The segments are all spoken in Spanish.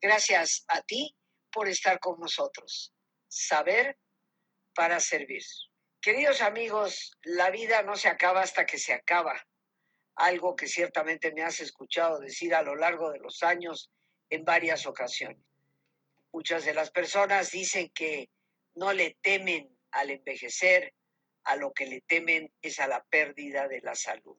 Gracias a ti por estar con nosotros. Saber para servir. Queridos amigos, la vida no se acaba hasta que se acaba. Algo que ciertamente me has escuchado decir a lo largo de los años en varias ocasiones. Muchas de las personas dicen que no le temen al envejecer, a lo que le temen es a la pérdida de la salud.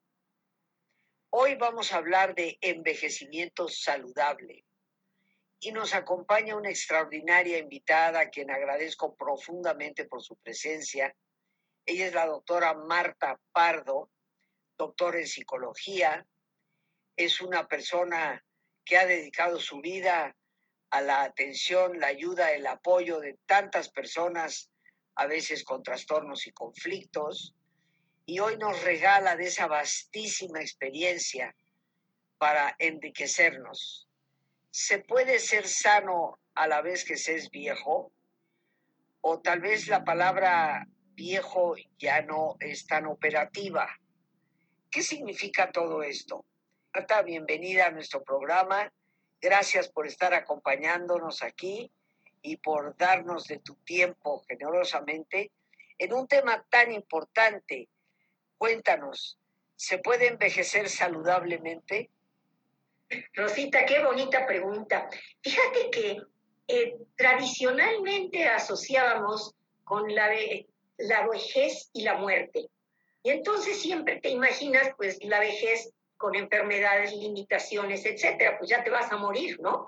Hoy vamos a hablar de envejecimiento saludable y nos acompaña una extraordinaria invitada a quien agradezco profundamente por su presencia. Ella es la doctora Marta Pardo, doctora en psicología. Es una persona que ha dedicado su vida a la atención, la ayuda, el apoyo de tantas personas, a veces con trastornos y conflictos, y hoy nos regala de esa vastísima experiencia para enriquecernos. ¿Se puede ser sano a la vez que se es viejo? O tal vez la palabra viejo ya no es tan operativa. ¿Qué significa todo esto? Marta, bienvenida a nuestro programa. Gracias por estar acompañándonos aquí y por darnos de tu tiempo generosamente en un tema tan importante. Cuéntanos, ¿se puede envejecer saludablemente? Rosita, qué bonita pregunta. Fíjate que tradicionalmente asociábamos con la vejez y la muerte. Y entonces siempre te imaginas, pues, la vejez con enfermedades, limitaciones, etcétera, pues ya te vas a morir, ¿no?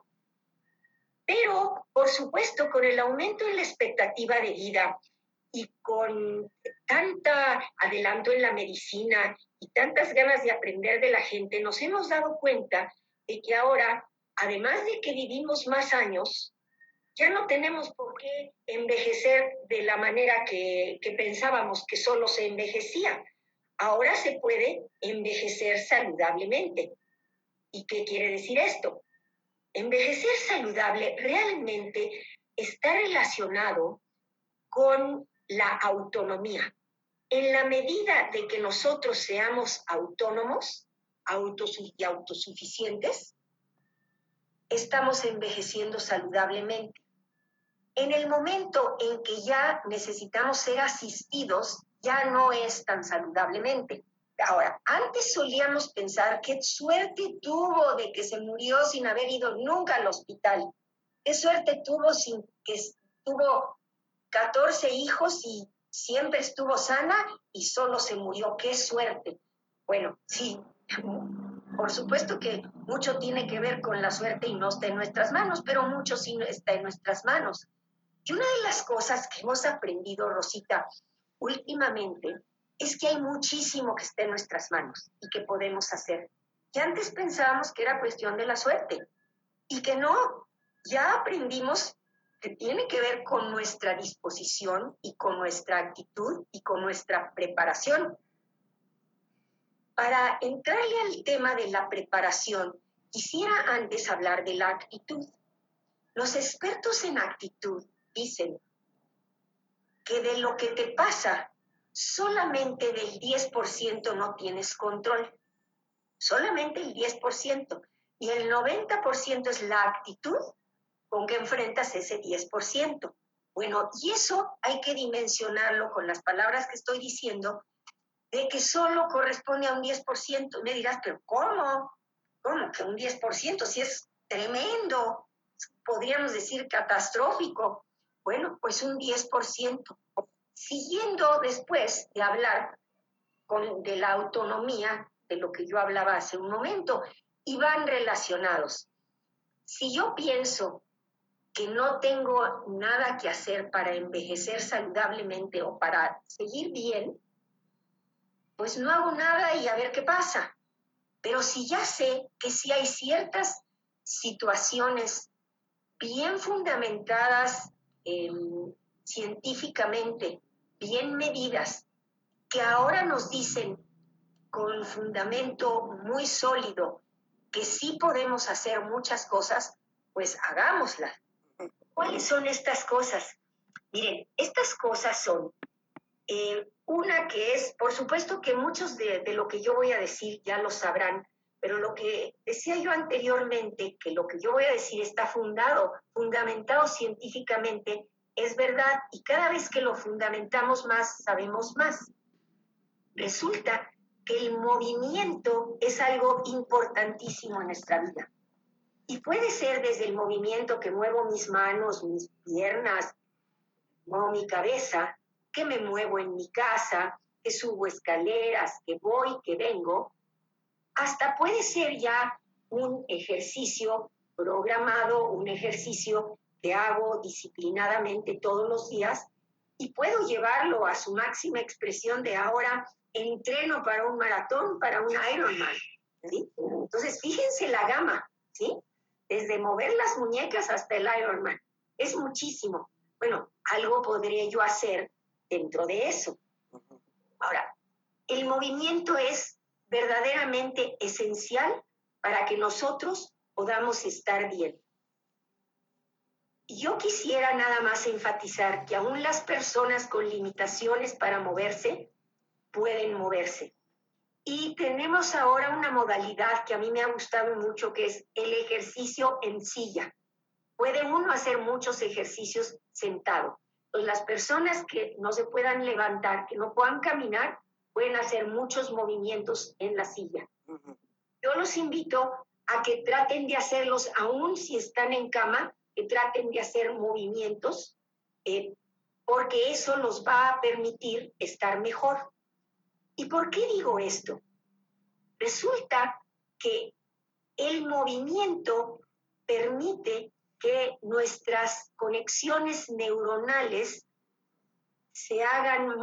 Pero, por supuesto, con el aumento en la expectativa de vida y con tanta adelanto en la medicina y tantas ganas de aprender de la gente, nos hemos dado cuenta de que ahora, además de que vivimos más años, ya no tenemos por qué envejecer de la manera que pensábamos que solo se envejecía. Ahora se puede envejecer saludablemente. ¿Y qué quiere decir esto? Envejecer saludable realmente está relacionado con la autonomía. En la medida de que nosotros seamos autónomos y autosuficientes, estamos envejeciendo saludablemente. En el momento en que ya necesitamos ser asistidos, ya no es tan saludablemente. Ahora, antes solíamos pensar qué suerte tuvo de que se murió sin haber ido nunca al hospital. Qué suerte tuvo sin que tuvo 14 hijos y siempre estuvo sana y solo se murió. ¡Qué suerte! Bueno, sí, por supuesto que mucho tiene que ver con la suerte y no está en nuestras manos, pero mucho sí está en nuestras manos. Y una de las cosas que hemos aprendido, Rosita, últimamente, es que hay muchísimo que está en nuestras manos y que podemos hacer. Que antes pensábamos que era cuestión de la suerte y que no, ya aprendimos que tiene que ver con nuestra disposición y con nuestra actitud y con nuestra preparación. Para entrarle al tema de la preparación, quisiera antes hablar de la actitud. Los expertos en actitud dicen que de lo que te pasa, solamente del 10% no tienes control. Solamente el 10%. Y el 90% es la actitud con que enfrentas ese 10%. Bueno, y eso hay que dimensionarlo con las palabras que estoy diciendo, de que solo corresponde a un 10%. Me dirás, pero ¿cómo? ¿Cómo que un 10%? Si es tremendo, podríamos decir catastrófico. Bueno, pues un 10%. Siguiendo después de hablar de la autonomía, de lo que yo hablaba hace un momento, y van relacionados. Si yo pienso que no tengo nada que hacer para envejecer saludablemente o para seguir bien, pues no hago nada y a ver qué pasa. Pero si ya sé que sí hay ciertas situaciones bien fundamentadas científicamente, bien medidas, que ahora nos dicen con fundamento muy sólido que sí podemos hacer muchas cosas, pues hagámoslas. ¿Cuáles son estas cosas? Miren, estas cosas son una que es, por supuesto que muchos de lo que yo voy a decir ya lo sabrán, Pero lo que decía yo anteriormente, que lo que yo voy a decir está fundamentado científicamente, es verdad, y cada vez que lo fundamentamos más, sabemos más. Resulta que el movimiento es algo importantísimo en nuestra vida. Y puede ser desde el movimiento que muevo mis manos, mis piernas, muevo mi cabeza, que me muevo en mi casa, que subo escaleras, que voy, que vengo, hasta puede ser ya un ejercicio programado, un ejercicio que hago disciplinadamente todos los días y puedo llevarlo a su máxima expresión de ahora entreno para un maratón, para un Ironman, ¿sí? Entonces, fíjense la gama, ¿sí? Desde mover las muñecas hasta el Ironman. Es muchísimo. Bueno, algo podría yo hacer dentro de eso. Ahora, el movimiento es verdaderamente esencial para que nosotros podamos estar bien. Yo quisiera nada más enfatizar que aún las personas con limitaciones para moverse pueden moverse. Y tenemos ahora una modalidad que a mí me ha gustado mucho, que es el ejercicio en silla. Puede uno hacer muchos ejercicios sentado. Entonces, las personas que no se puedan levantar, que no puedan caminar, pueden hacer muchos movimientos en la silla. Yo los invito a que traten de hacerlos, aún si están en cama, que traten de hacer movimientos, porque eso los va a permitir estar mejor. ¿Y por qué digo esto? Resulta que el movimiento permite que nuestras conexiones neuronales se hagan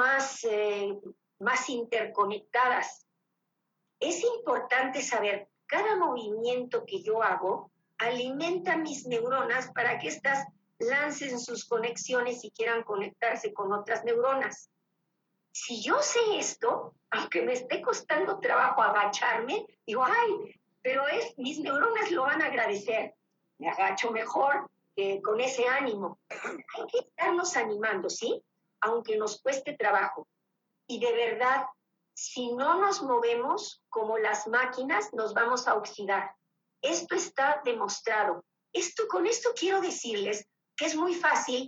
más interconectadas. Es importante saber, cada movimiento que yo hago alimenta mis neuronas para que éstas lancen sus conexiones y quieran conectarse con otras neuronas. Si yo sé esto, aunque me esté costando trabajo agacharme, digo, ay, pero mis neuronas lo van a agradecer. Me agacho mejor con ese ánimo. Hay que estarnos animando, ¿sí? Aunque nos cueste trabajo. Y de verdad, si no nos movemos como las máquinas, nos vamos a oxidar. Esto está demostrado. Con esto quiero decirles que es muy fácil,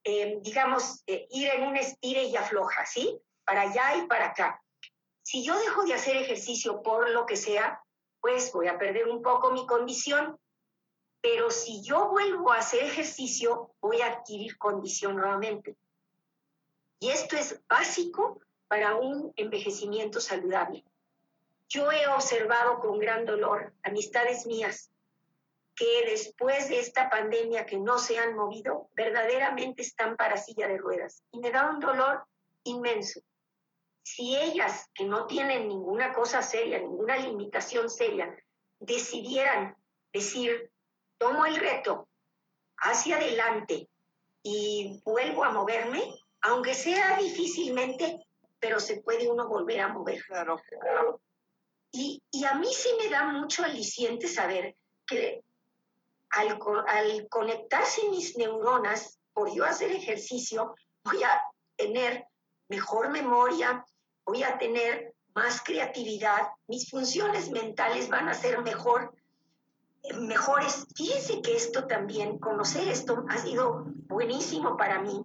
ir en un estire y afloja, ¿sí? Para allá y para acá. Si yo dejo de hacer ejercicio por lo que sea, pues voy a perder un poco mi condición. Pero si yo vuelvo a hacer ejercicio, voy a adquirir condición nuevamente. Y esto es básico para un envejecimiento saludable. Yo he observado con gran dolor amistades mías que después de esta pandemia que no se han movido, verdaderamente están para silla de ruedas. Y me da un dolor inmenso. Si ellas, que no tienen ninguna cosa seria, ninguna limitación seria, decidieran decir, tomo el reto hacia adelante y vuelvo a moverme, aunque sea difícilmente, pero se puede uno volver a mover. Claro. Y a mí sí me da mucho aliciente saber que al conectarse mis neuronas, por yo hacer ejercicio, voy a tener mejor memoria, voy a tener más creatividad, mis funciones mentales van a ser mejores. Fíjense que esto también, conocer esto ha sido buenísimo para mí,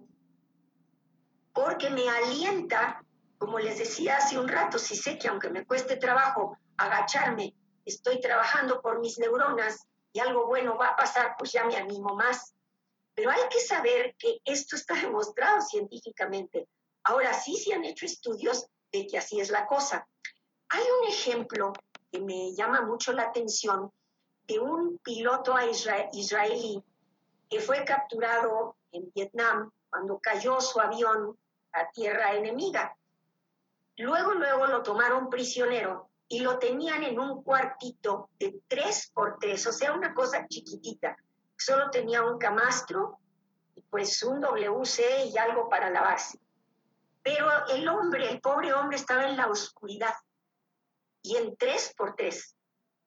porque me alienta, como les decía hace un rato, si sé que aunque me cueste trabajo agacharme, estoy trabajando por mis neuronas y algo bueno va a pasar, pues ya me animo más. Pero hay que saber que esto está demostrado científicamente. Ahora sí se han hecho estudios de que así es la cosa. Hay un ejemplo que me llama mucho la atención de un piloto israelí que fue capturado en Vietnam cuando cayó su avión a tierra enemiga. Luego lo tomaron prisionero y lo tenían en un cuartito de 3x3, o sea, una cosa chiquitita. Solo tenía un camastro, pues un WC y algo para lavarse. Pero el pobre hombre estaba en la oscuridad y en 3x3.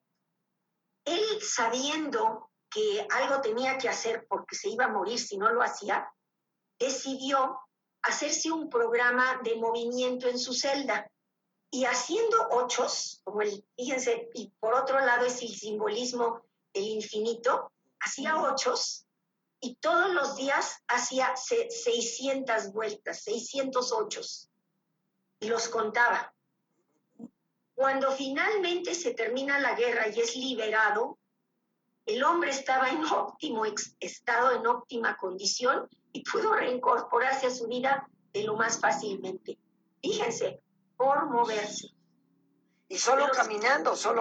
Él, sabiendo que algo tenía que hacer porque se iba a morir si no lo hacía, decidió hacerse un programa de movimiento en su celda. y haciendo ochos, fíjense, y por otro lado es el simbolismo del infinito, hacía ochos y todos los días hacía 600 vueltas, 600 ochos, y los contaba. Cuando finalmente se termina la guerra y es liberado, el hombre estaba en óptimo estado, en óptima condición, y pudo reincorporarse a su vida de lo más fácilmente. Fíjense, por moverse. Y solo caminando. Solo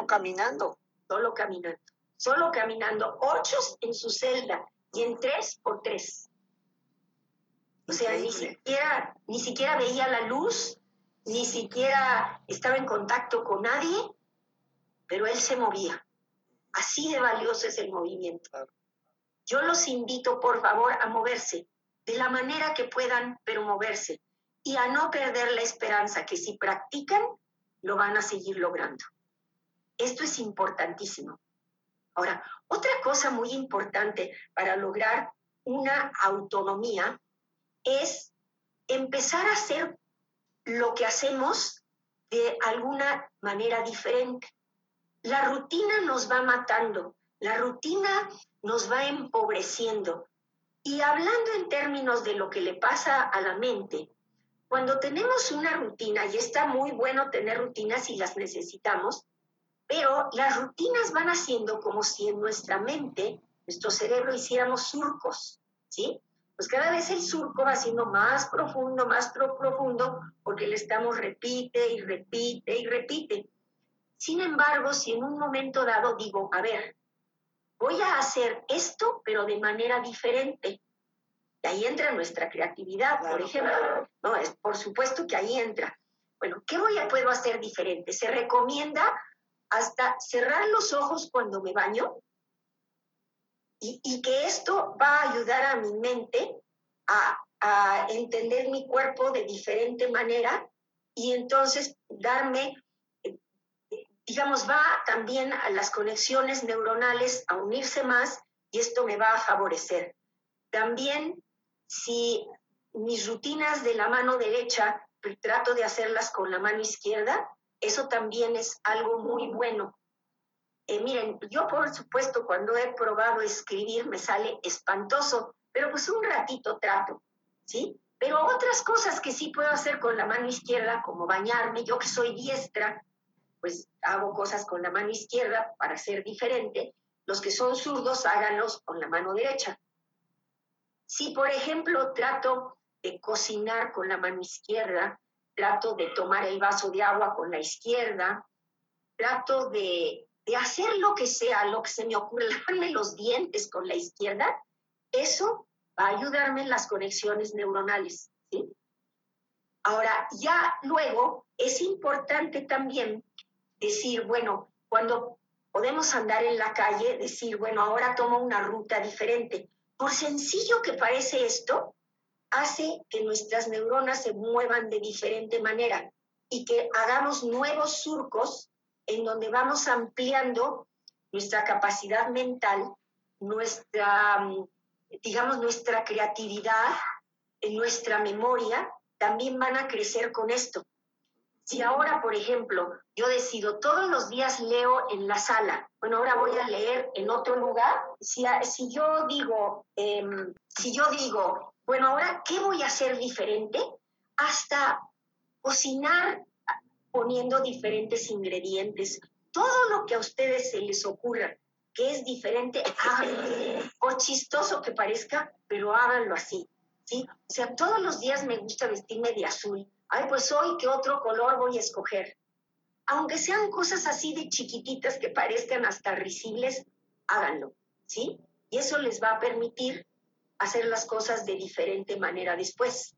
caminando, ochos en su celda y en 3x3. O sea, ni siquiera veía la luz, ni siquiera estaba en contacto con nadie, pero él se movía. Así de valioso es el movimiento. Yo los invito, por favor, a moverse de la manera que puedan, pero moverse. Y a no perder la esperanza que si practican, lo van a seguir logrando. Esto es importantísimo. Ahora, otra cosa muy importante para lograr una autonomía es empezar a hacer lo que hacemos de alguna manera diferente. La rutina nos va matando, la rutina nos va empobreciendo. Y hablando en términos de lo que le pasa a la mente, cuando tenemos una rutina, y está muy bueno tener rutinas y las necesitamos, pero las rutinas van haciendo como si en nuestra mente, nuestro cerebro, hiciéramos surcos, ¿sí? Pues cada vez el surco va siendo más profundo, porque le estamos repite y repite y repite. Sin embargo, si en un momento dado digo, a ver, voy a hacer esto, pero de manera diferente, y ahí entra nuestra creatividad, por ejemplo. No, por supuesto que ahí entra. Bueno, ¿qué puedo hacer diferente? Se recomienda hasta cerrar los ojos cuando me baño y que esto va a ayudar a mi mente a entender mi cuerpo de diferente manera y entonces darme, digamos, va también a las conexiones neuronales a unirse más y esto me va a favorecer. También, si mis rutinas de la mano derecha trato de hacerlas con la mano izquierda, eso también es algo muy bueno. Miren, yo por supuesto cuando he probado escribir me sale espantoso, pero pues un ratito trato, ¿sí? Pero otras cosas que sí puedo hacer con la mano izquierda, como bañarme, yo que soy diestra, pues hago cosas con la mano izquierda para ser diferente. Los que son zurdos, háganlos con la mano derecha. Si, por ejemplo, trato de cocinar con la mano izquierda, trato de tomar el vaso de agua con la izquierda, trato de hacer lo que sea, lo que se me ocurre, lavarme los dientes con la izquierda, eso va a ayudarme en las conexiones neuronales, ¿sí? Ahora, ya luego es importante también decir, bueno, cuando podemos andar en la calle, decir, bueno, ahora tomo una ruta diferente. Por sencillo que parece esto, hace que nuestras neuronas se muevan de diferente manera y que hagamos nuevos surcos en donde vamos ampliando nuestra capacidad mental, digamos, nuestra creatividad, nuestra memoria, también van a crecer con esto. Si ahora, por ejemplo, yo decido todos los días leo en la sala, bueno, ahora voy a leer en otro lugar, si yo digo, bueno, ahora, ¿qué voy a hacer diferente? Hasta cocinar poniendo diferentes ingredientes, todo lo que a ustedes se les ocurra que es diferente, háganlo. Por chistoso que parezca, pero háganlo así, ¿sí? O sea, todos los días me gusta vestirme de azul. Ay, pues hoy, ¿qué otro color voy a escoger? Aunque sean cosas así de chiquititas que parezcan hasta risibles, háganlo, ¿sí? Y eso les va a permitir hacer las cosas de diferente manera después.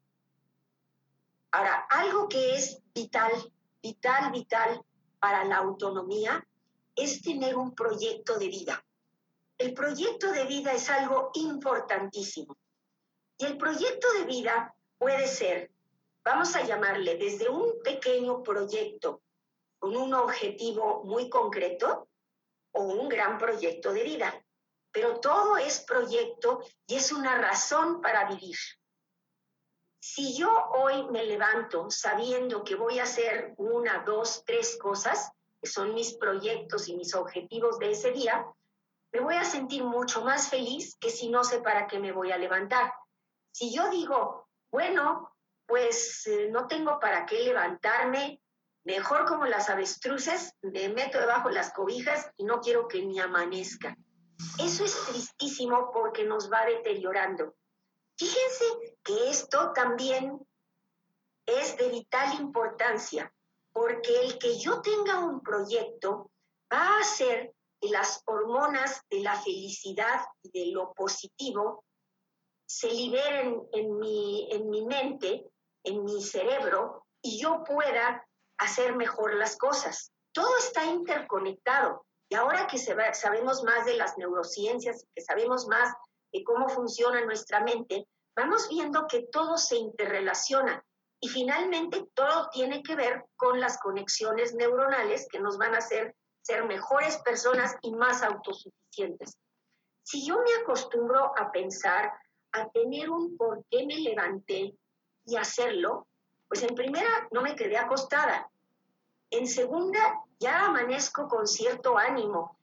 Ahora, algo que es vital para la autonomía es tener un proyecto de vida. El proyecto de vida es algo importantísimo. Y el proyecto de vida puede ser, vamos a llamarle desde un pequeño proyecto con un objetivo muy concreto o un gran proyecto de vida. Pero todo es proyecto y es una razón para vivir. Si yo hoy me levanto sabiendo que voy a hacer 1, 2, 3 cosas, que son mis proyectos y mis objetivos de ese día, me voy a sentir mucho más feliz que si no sé para qué me voy a levantar. Si yo digo, bueno, pues no tengo para qué levantarme, mejor como las avestruces, me meto debajo de las cobijas y no quiero que ni amanezca. Eso es tristísimo porque nos va deteriorando. Fíjense que esto también es de vital importancia, porque el que yo tenga un proyecto va a hacer que las hormonas de la felicidad y de lo positivo se liberen en mi mente, en mi cerebro, y yo pueda hacer mejor las cosas. Todo está interconectado. Y ahora que sabemos más de las neurociencias, que sabemos más de cómo funciona nuestra mente, vamos viendo que todo se interrelaciona. Y finalmente todo tiene que ver con las conexiones neuronales que nos van a hacer ser mejores personas y más autosuficientes. Si yo me acostumbro a pensar, a tener un por qué me levanté y hacerlo, pues en primera no me quedé acostada. En segunda, ya amanezco con cierto ánimo,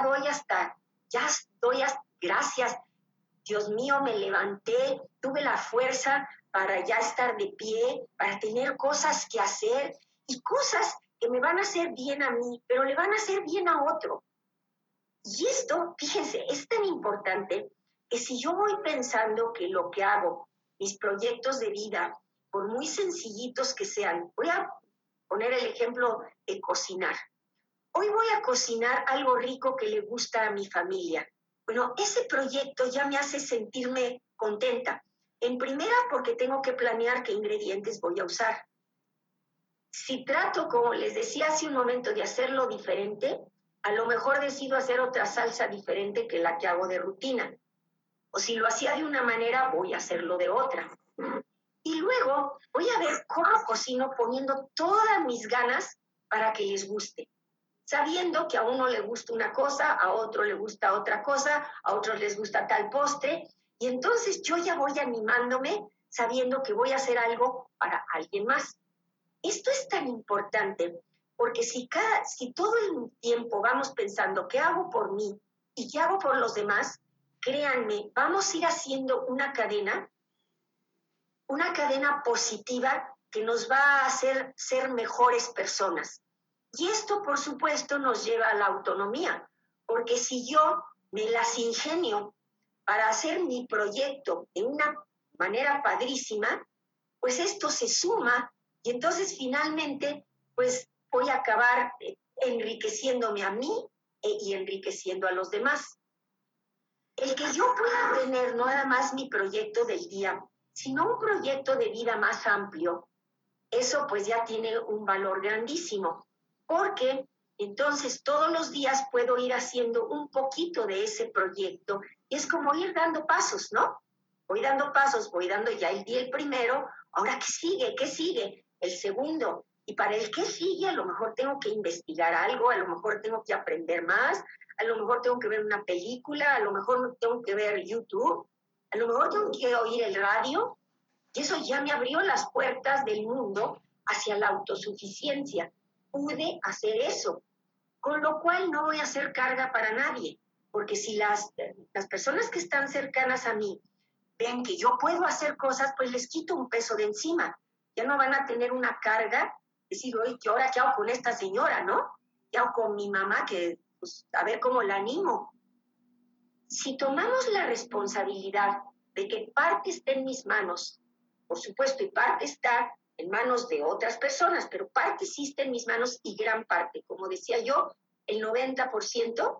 ya doy hasta, gracias, Dios mío, me levanté, tuve la fuerza para ya estar de pie, para tener cosas que hacer y cosas que me van a hacer bien a mí, pero le van a hacer bien a otro. Y esto, fíjense, es tan importante que si yo voy pensando que lo que hago, mis proyectos de vida, por muy sencillitos que sean, voy a poner el ejemplo de cocinar. Hoy voy a cocinar algo rico que le gusta a mi familia. Bueno, ese proyecto ya me hace sentirme contenta. En primera, porque tengo que planear qué ingredientes voy a usar. Si trato, como les decía hace un momento, de hacerlo diferente, a lo mejor decido hacer otra salsa diferente que la que hago de rutina. O si lo hacía de una manera, voy a hacerlo de otra. Y luego voy a ver cómo cocino poniendo todas mis ganas para que les guste. Sabiendo que a uno le gusta una cosa, a otro le gusta otra cosa, a otros les gusta tal postre. Y entonces yo ya voy animándome sabiendo que voy a hacer algo para alguien más. Esto es tan importante porque si todo el tiempo vamos pensando qué hago por mí y qué hago por los demás, créanme, vamos a ir haciendo una cadena positiva que nos va a hacer ser mejores personas. Y esto, por supuesto, nos lleva a la autonomía, porque si yo me las ingenio para hacer mi proyecto de una manera padrísima, pues esto se suma y entonces finalmente pues voy a acabar enriqueciéndome a mí y enriqueciendo a los demás. El que yo pueda tener no nada más mi proyecto del día, sino un proyecto de vida más amplio, eso pues ya tiene un valor grandísimo, porque entonces todos los días puedo ir haciendo un poquito de ese proyecto y es como ir dando pasos, ¿no? Voy dando pasos, voy dando ya el primero, ahora ¿qué sigue? ¿Qué sigue? El segundo. Y para el que sigue a lo mejor tengo que investigar algo, a lo mejor tengo que aprender más, a lo mejor tengo que ver una película, a lo mejor tengo que ver YouTube, a lo mejor tengo que oír el radio, y eso ya me abrió las puertas del mundo hacia la autosuficiencia. Pude hacer eso, con lo cual no voy a hacer carga para nadie, porque si las personas que están cercanas a mí ven que yo puedo hacer cosas, pues les quito un peso de encima. Ya no van a tener una carga, decir, oye, ¿qué ahora qué hago con esta señora, no? ¿Qué hago con mi mamá? Que, pues, a ver cómo la animo. Si tomamos la responsabilidad de que parte está en mis manos, por supuesto, y parte está en manos de otras personas, pero parte sí está en mis manos y gran parte, como decía yo, el 90%,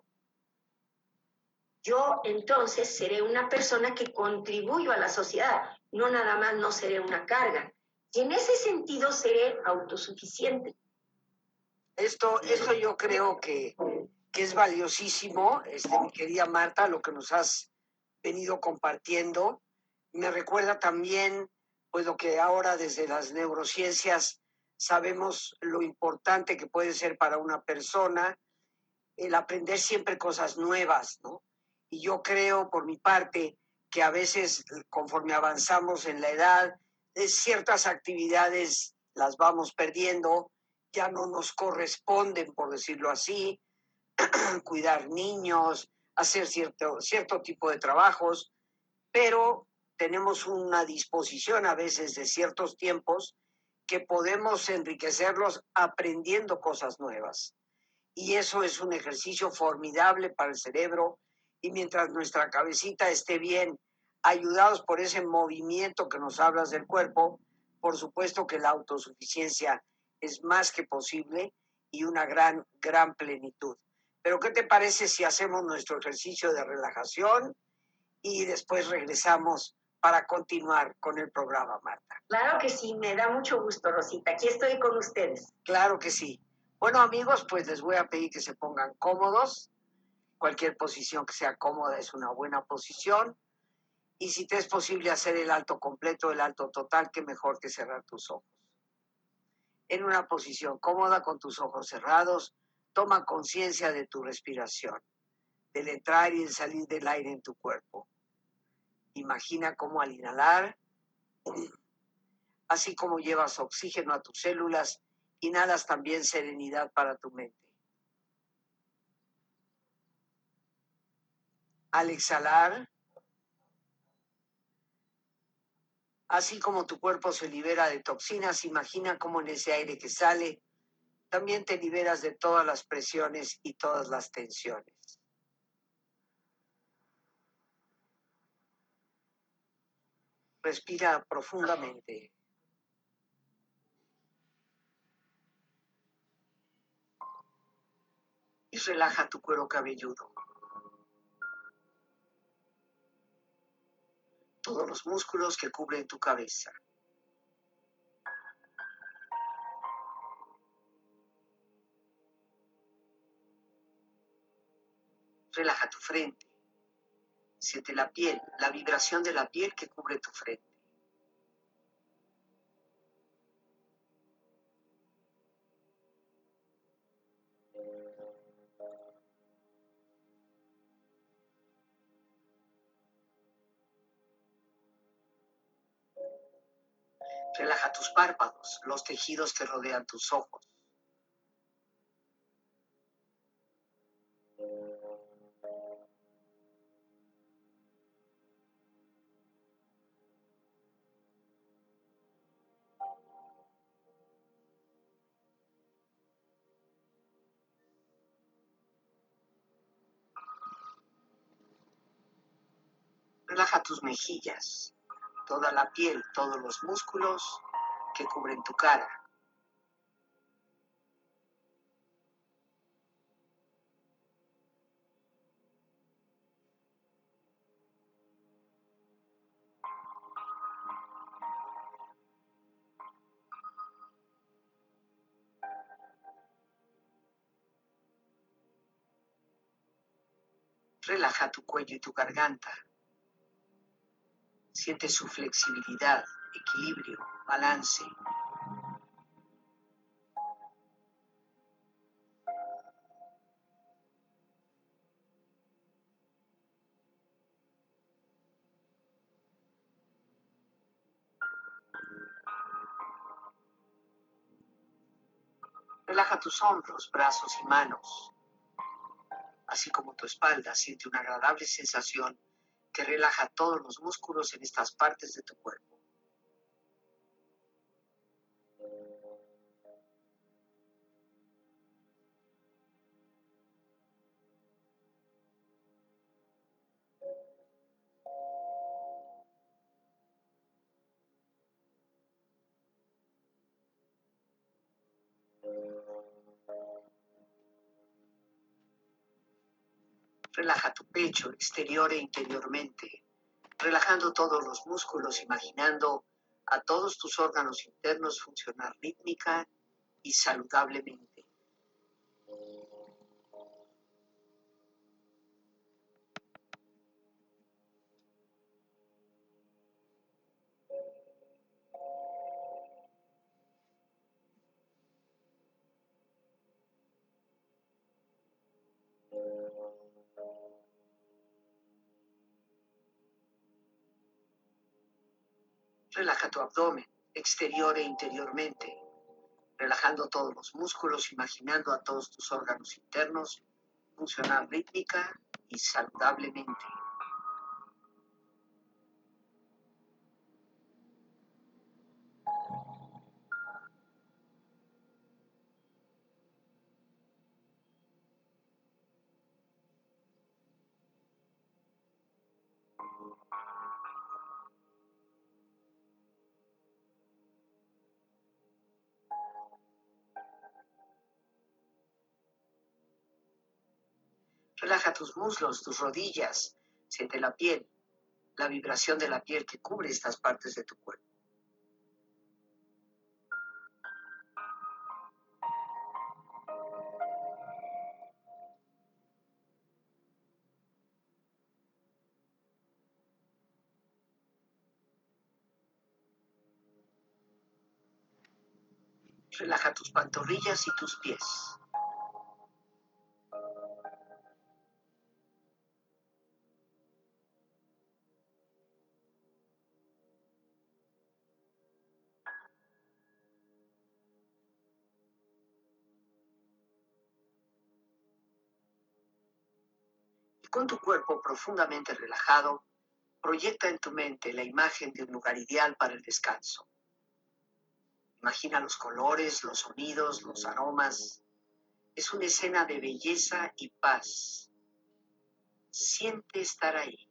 yo entonces seré una persona que contribuyo a la sociedad, no nada más no seré una carga. Y en ese sentido seré autosuficiente. Esto yo creo que es valiosísimo, mi querida Marta, lo que nos has venido compartiendo. Me recuerda también, pues, lo que ahora desde las neurociencias sabemos lo importante que puede ser para una persona el aprender siempre cosas nuevas, ¿no? Y yo creo, por mi parte, que a veces, conforme avanzamos en la edad, ciertas actividades las vamos perdiendo, ya no nos corresponden, por decirlo así, cuidar niños, hacer cierto tipo de trabajos, pero tenemos una disposición a veces de ciertos tiempos que podemos enriquecerlos aprendiendo cosas nuevas. Y eso es un ejercicio formidable para el cerebro, y mientras nuestra cabecita esté bien, ayudados por ese movimiento que nos hablas del cuerpo, por supuesto que la autosuficiencia es más que posible y una gran plenitud. Pero ¿qué te parece si hacemos nuestro ejercicio de relajación y después regresamos para continuar con el programa, Marta? Claro que sí, me da mucho gusto, Rosita. Aquí estoy con ustedes. Claro que sí. Bueno, amigos, pues les voy a pedir que se pongan cómodos. Cualquier posición que sea cómoda es una buena posición. Y si te es posible hacer el alto completo, el alto total, qué mejor que cerrar tus ojos. En una posición cómoda con tus ojos cerrados, toma conciencia de tu respiración, del entrar y el salir del aire en tu cuerpo. Imagina cómo al inhalar, así como llevas oxígeno a tus células, inhalas también serenidad para tu mente. Al exhalar, así como tu cuerpo se libera de toxinas, imagina cómo en ese aire que sale, también te liberas de todas las presiones y todas las tensiones. Respira profundamente. Y relaja tu cuero cabelludo. Todos los músculos que cubren tu cabeza. Relaja tu frente. Siente la piel, la vibración de la piel que cubre tu frente. Relaja tus párpados, los tejidos que rodean tus ojos. Relaja tus mejillas, toda la piel, todos los músculos que cubren tu cara. Relaja tu cuello y tu garganta. Siente su flexibilidad, equilibrio, balance. Relaja tus hombros, brazos y manos, así como tu espalda. Siente una agradable sensación que relaja todos los músculos en estas partes de tu cuerpo. Relaja tu pecho, exterior e interiormente, relajando todos los músculos, imaginando a todos tus órganos internos funcionar rítmica y saludablemente. Relaja tu abdomen, exterior e interiormente, relajando todos los músculos, imaginando a todos tus órganos internos funcionar rítmica y saludablemente. Relaja tus muslos, tus rodillas, siente la piel, la vibración de la piel que cubre estas partes de tu cuerpo. Relaja tus pantorrillas y tus pies. Y con tu cuerpo profundamente relajado, proyecta en tu mente la imagen de un lugar ideal para el descanso. Imagina los colores, los sonidos, los aromas. Es una escena de belleza y paz. Siente estar ahí.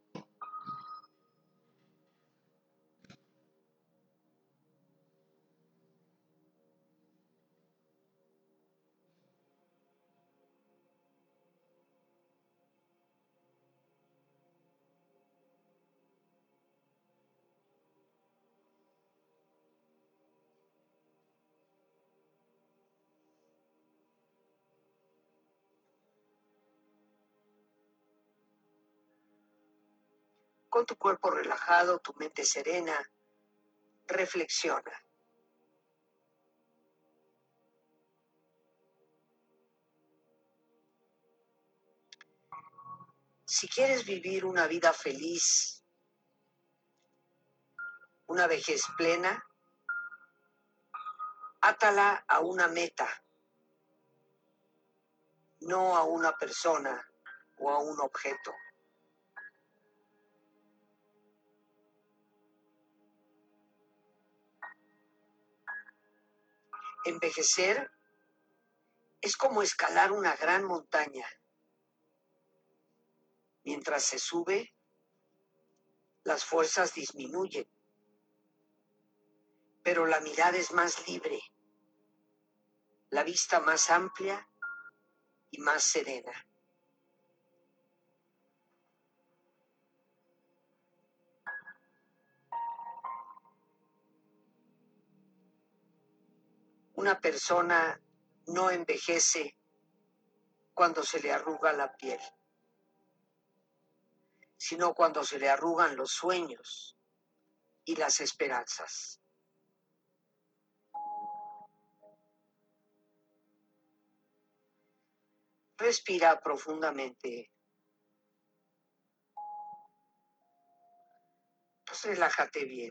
Con tu cuerpo relajado, tu mente serena, reflexiona. Si quieres vivir una vida feliz, una vejez plena, átala a una meta, no a una persona o a un objeto. Envejecer es como escalar una gran montaña. Mientras se sube, las fuerzas disminuyen, pero la mirada es más libre, la vista más amplia y más serena. Una persona no envejece cuando se le arruga la piel, sino cuando se le arrugan los sueños y las esperanzas. Respira profundamente. Pues relájate bien.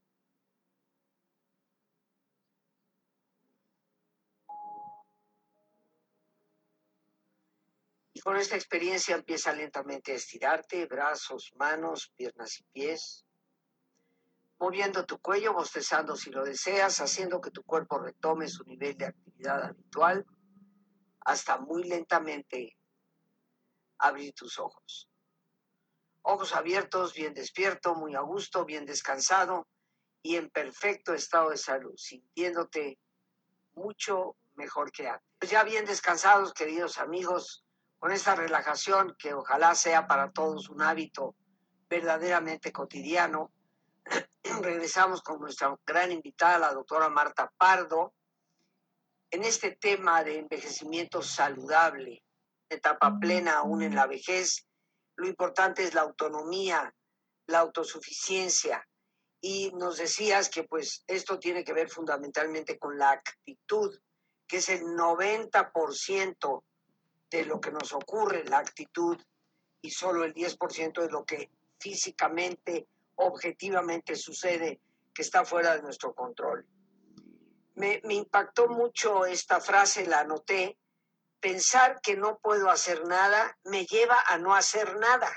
Y con esta experiencia empieza lentamente a estirarte, brazos, manos, piernas y pies, moviendo tu cuello, bostezando si lo deseas, haciendo que tu cuerpo retome su nivel de actividad habitual, hasta muy lentamente abrir tus ojos. Ojos abiertos, bien despierto, muy a gusto, bien descansado y en perfecto estado de salud, sintiéndote mucho mejor que antes. Pues ya bien descansados, queridos amigos, con esta relajación que ojalá sea para todos un hábito verdaderamente cotidiano, regresamos con nuestra gran invitada, la doctora Marta Pardo, en este tema de envejecimiento saludable, etapa plena aún en la vejez. Lo importante es la autonomía, la autosuficiencia. Y nos decías que pues esto tiene que ver fundamentalmente con la actitud, que es el 90% de lo que nos ocurre, la actitud, y solo el 10% es lo que físicamente, objetivamente sucede que está fuera de nuestro control. Me impactó mucho esta frase, la anoté: pensar que no puedo hacer nada me lleva a no hacer nada.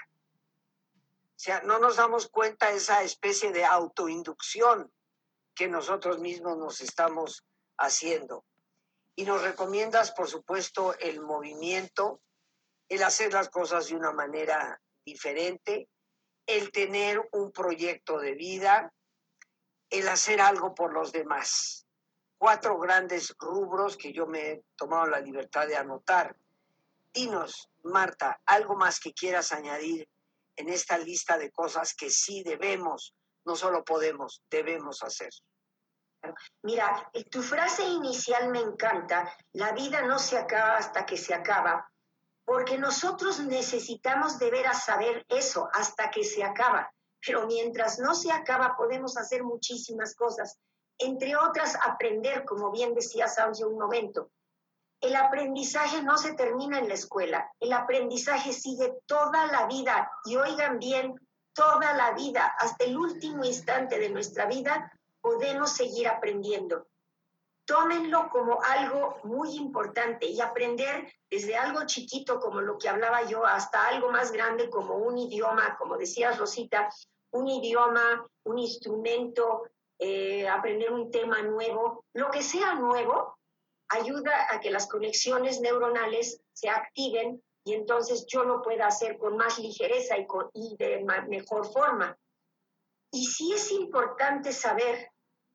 O sea, no nos damos cuenta de esa especie de autoinducción que nosotros mismos nos estamos haciendo. Y nos recomiendas, por supuesto, el movimiento, el hacer las cosas de una manera diferente, el tener un proyecto de vida, el hacer algo por los demás. 4 grandes rubros que yo me he tomado la libertad de anotar. Dinos, Marta, algo más que quieras añadir en esta lista de cosas que sí debemos, no solo podemos, debemos hacer. Mira, tu frase inicial me encanta: la vida no se acaba hasta que se acaba, porque nosotros necesitamos de veras saber eso, hasta que se acaba. Pero mientras no se acaba podemos hacer muchísimas cosas, entre otras aprender, como bien decías hace un momento. El aprendizaje no se termina en la escuela, el aprendizaje sigue toda la vida, y oigan bien, toda la vida, hasta el último instante de nuestra vida podemos seguir aprendiendo. Tómenlo como algo muy importante, y aprender desde algo chiquito como lo que hablaba yo hasta algo más grande como un idioma, como decías Rosita, un idioma, un instrumento, aprender un tema nuevo, lo que sea nuevo, ayuda a que las conexiones neuronales se activen y entonces yo lo pueda hacer con más ligereza y de mejor forma. Y sí es importante saber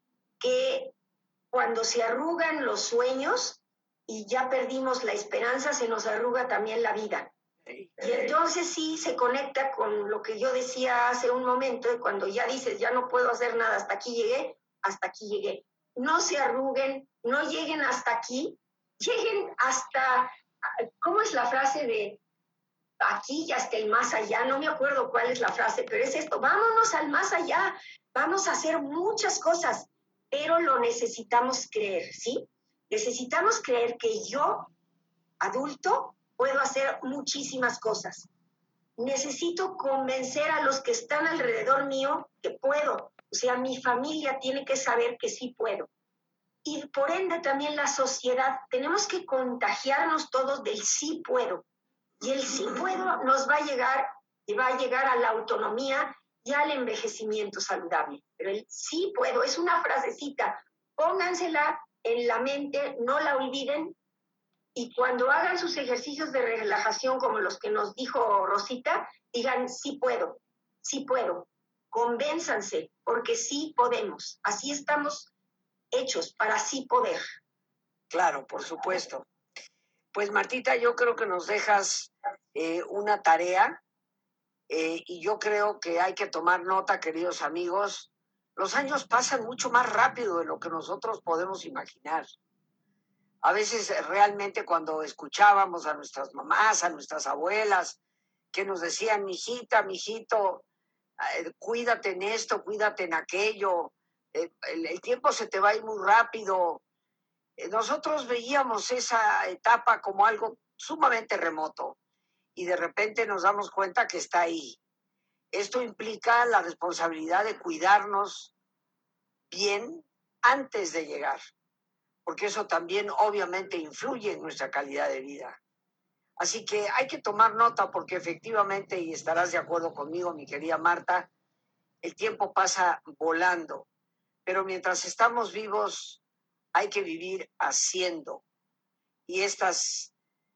que cuando se arrugan los sueños y ya perdimos la esperanza, se nos arruga también la vida. Y entonces sí se conecta con lo que yo decía hace un momento, de cuando ya dices, ya no puedo hacer nada, hasta aquí llegué, hasta aquí llegué. No se arruguen, no lleguen hasta aquí, lleguen hasta, ¿cómo es la frase de aquí y hasta el más allá? No me acuerdo cuál es la frase, pero es esto: vámonos al más allá, vamos a hacer muchas cosas, pero lo necesitamos creer, ¿sí? Necesitamos creer que yo, adulto, puedo hacer muchísimas cosas. Necesito convencer a los que están alrededor mío que puedo. O sea, mi familia tiene que saber que sí puedo. Y por ende también la sociedad. Tenemos que contagiarnos todos del sí puedo. Y el sí puedo nos va a llegar, y va a llegar a la autonomía y al envejecimiento saludable. Pero el sí puedo es una frasecita. Póngansela en la mente, no la olviden. Y cuando hagan sus ejercicios de relajación como los que nos dijo Rosita, digan: sí puedo, sí puedo. Convénzanse, porque sí podemos. Así estamos hechos, para sí poder. Claro, por supuesto. Pues Martita, yo creo que nos dejas una tarea y yo creo que hay que tomar nota, queridos amigos. Los años pasan mucho más rápido de lo que nosotros podemos imaginar. A veces realmente cuando escuchábamos a nuestras mamás, a nuestras abuelas, que nos decían: mijita, mijito, cuídate en esto, cuídate en aquello, el tiempo se te va a ir muy rápido. Nosotros veíamos esa etapa como algo sumamente remoto y de repente nos damos cuenta que está ahí. Esto implica la responsabilidad de cuidarnos bien antes de llegar, porque eso también obviamente influye en nuestra calidad de vida. Así que hay que tomar nota, porque efectivamente, y estarás de acuerdo conmigo, mi querida Marta, el tiempo pasa volando, pero mientras estamos vivos hay que vivir haciendo. Y estos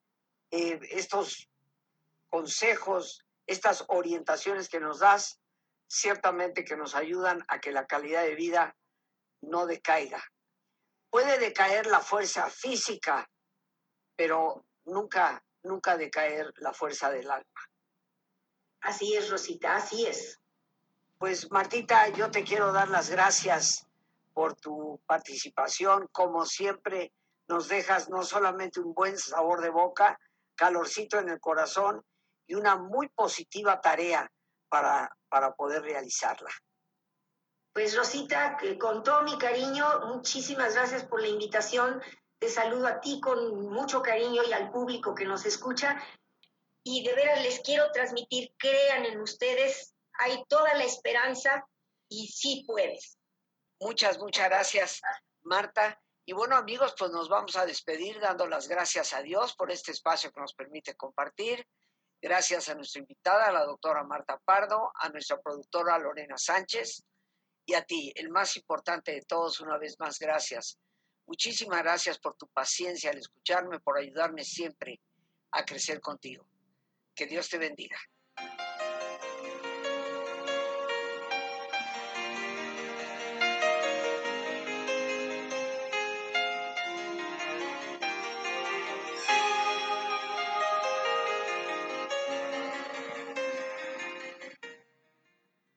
consejos, estas orientaciones que nos das, ciertamente que nos ayudan a que la calidad de vida no decaiga. Puede decaer la fuerza física, pero nunca decaer la fuerza del alma. Así es, Rosita, así es. Pues Martita, yo te quiero dar las gracias por tu participación. Como siempre, nos dejas no solamente un buen sabor de boca, calorcito en el corazón y una muy positiva tarea para poder realizarla. Pues Rosita, con todo mi cariño, muchísimas gracias por la invitación. Te saludo a ti con mucho cariño y al público que nos escucha. Y de veras les quiero transmitir: crean en ustedes, hay toda la esperanza y sí puedes. Muchas gracias, Marta. Y bueno, amigos, pues nos vamos a despedir dando las gracias a Dios por este espacio que nos permite compartir. Gracias a nuestra invitada, la doctora Marta Pardo, a nuestra productora Lorena Sánchez y a ti, el más importante de todos, una vez más, gracias. Muchísimas gracias por tu paciencia al escucharme, por ayudarme siempre a crecer contigo. Que Dios te bendiga.